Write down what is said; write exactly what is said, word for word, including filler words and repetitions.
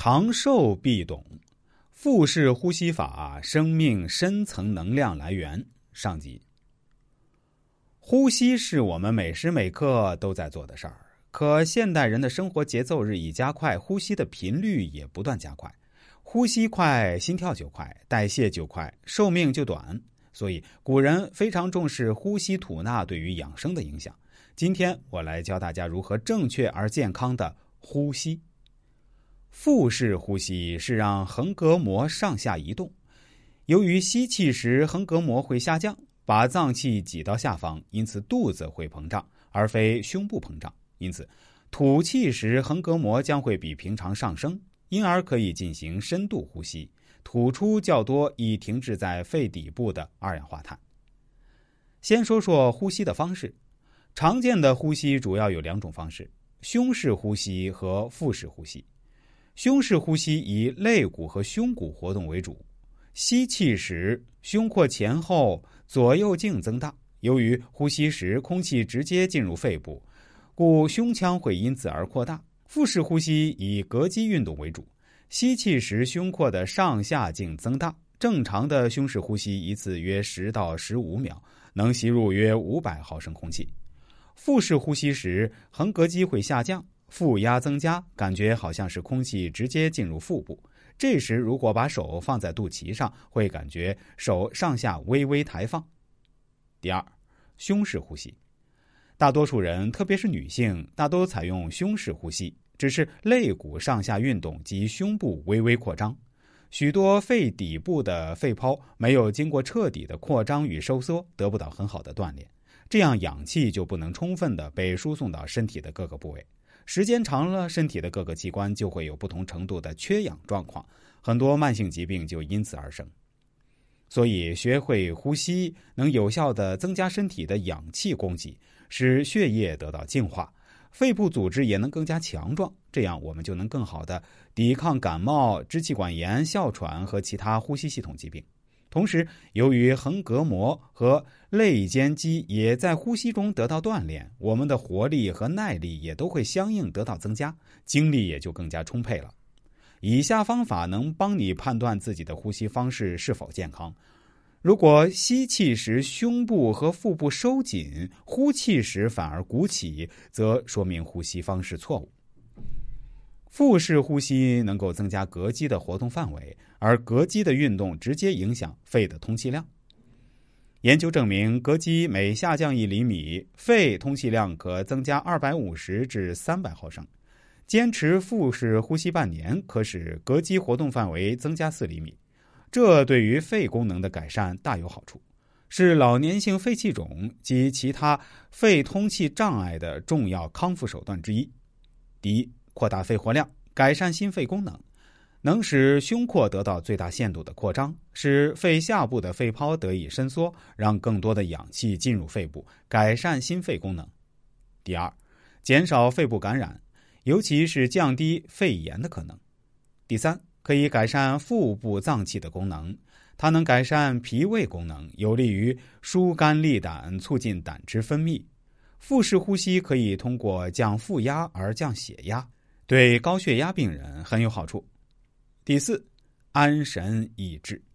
长寿必懂，腹式呼吸法，生命深层能量来源。上集。呼吸是我们每时每刻都在做的事儿，可现代人的生活节奏日益加快，呼吸的频率也不断加快。呼吸快，心跳就快，代谢就快，寿命就短。所以古人非常重视呼吸吐纳对于养生的影响。今天我来教大家如何正确而健康的呼吸。腹式呼吸是让横膈膜上下移动，由于吸气时横膈膜会下降，把脏器挤到下方，因此肚子会膨胀，而非胸部膨胀。因此吐气时横膈膜将会比平常上升，因而可以进行深度呼吸，吐出较多已停滞在肺底部的二氧化碳。先说说呼吸的方式。常见的呼吸主要有两种方式，胸式呼吸和腹式呼吸。胸式呼吸以肋骨和胸骨活动为主，吸气时胸廓前后左右径增大，由于呼吸时空气直接进入肺部，故胸腔会因此而扩大。腹式呼吸以膈肌运动为主，吸气时胸廓的上下径增大，正常的胸式呼吸一次约十到十五秒，能吸入约五百毫升空气。腹式呼吸时横膈肌会下降，腹压增加，感觉好像是空气直接进入腹部。这时如果把手放在肚脐上，会感觉手上下微微抬放。第二，胸式呼吸。大多数人，特别是女性，大都采用胸式呼吸，只是肋骨上下运动及胸部微微扩张。许多肺底部的肺泡没有经过彻底的扩张与收缩，得不到很好的锻炼，这样氧气就不能充分的被输送到身体的各个部位。时间长了，身体的各个器官就会有不同程度的缺氧状况，很多慢性疾病就因此而生。所以学会呼吸能有效地增加身体的氧气供给，使血液得到净化，肺部组织也能更加强壮，这样我们就能更好地抵抗感冒、支气管炎、哮喘和其他呼吸系统疾病。同时，由于横膈膜和肋间肌也在呼吸中得到锻炼，我们的活力和耐力也都会相应得到增加，精力也就更加充沛了。以下方法能帮你判断自己的呼吸方式是否健康。如果吸气时胸部和腹部收紧，呼气时反而鼓起，则说明呼吸方式错误。腹式呼吸能够增加膈肌的活动范围，而膈肌的运动直接影响肺的通气量。研究证明，膈肌每下降一厘米，肺通气量可增加二百五十至三百毫升。坚持腹式呼吸半年，可使膈肌活动范围增加四厘米，这对于肺功能的改善大有好处，是老年性肺气肿及其他肺通气障碍的重要康复手段之一。第一，扩大肺活量，改善心肺功能，能使胸廓得到最大限度的扩张，使肺下部的肺泡得以伸缩，让更多的氧气进入肺部，改善心肺功能。第二，减少肺部感染，尤其是降低肺炎的可能。第三，可以改善腹部脏器的功能，它能改善脾胃功能，有利于疏肝利胆，促进胆汁分泌。腹式呼吸可以通过降腹压而降血压，对高血压病人很有好处。第四，安神益智。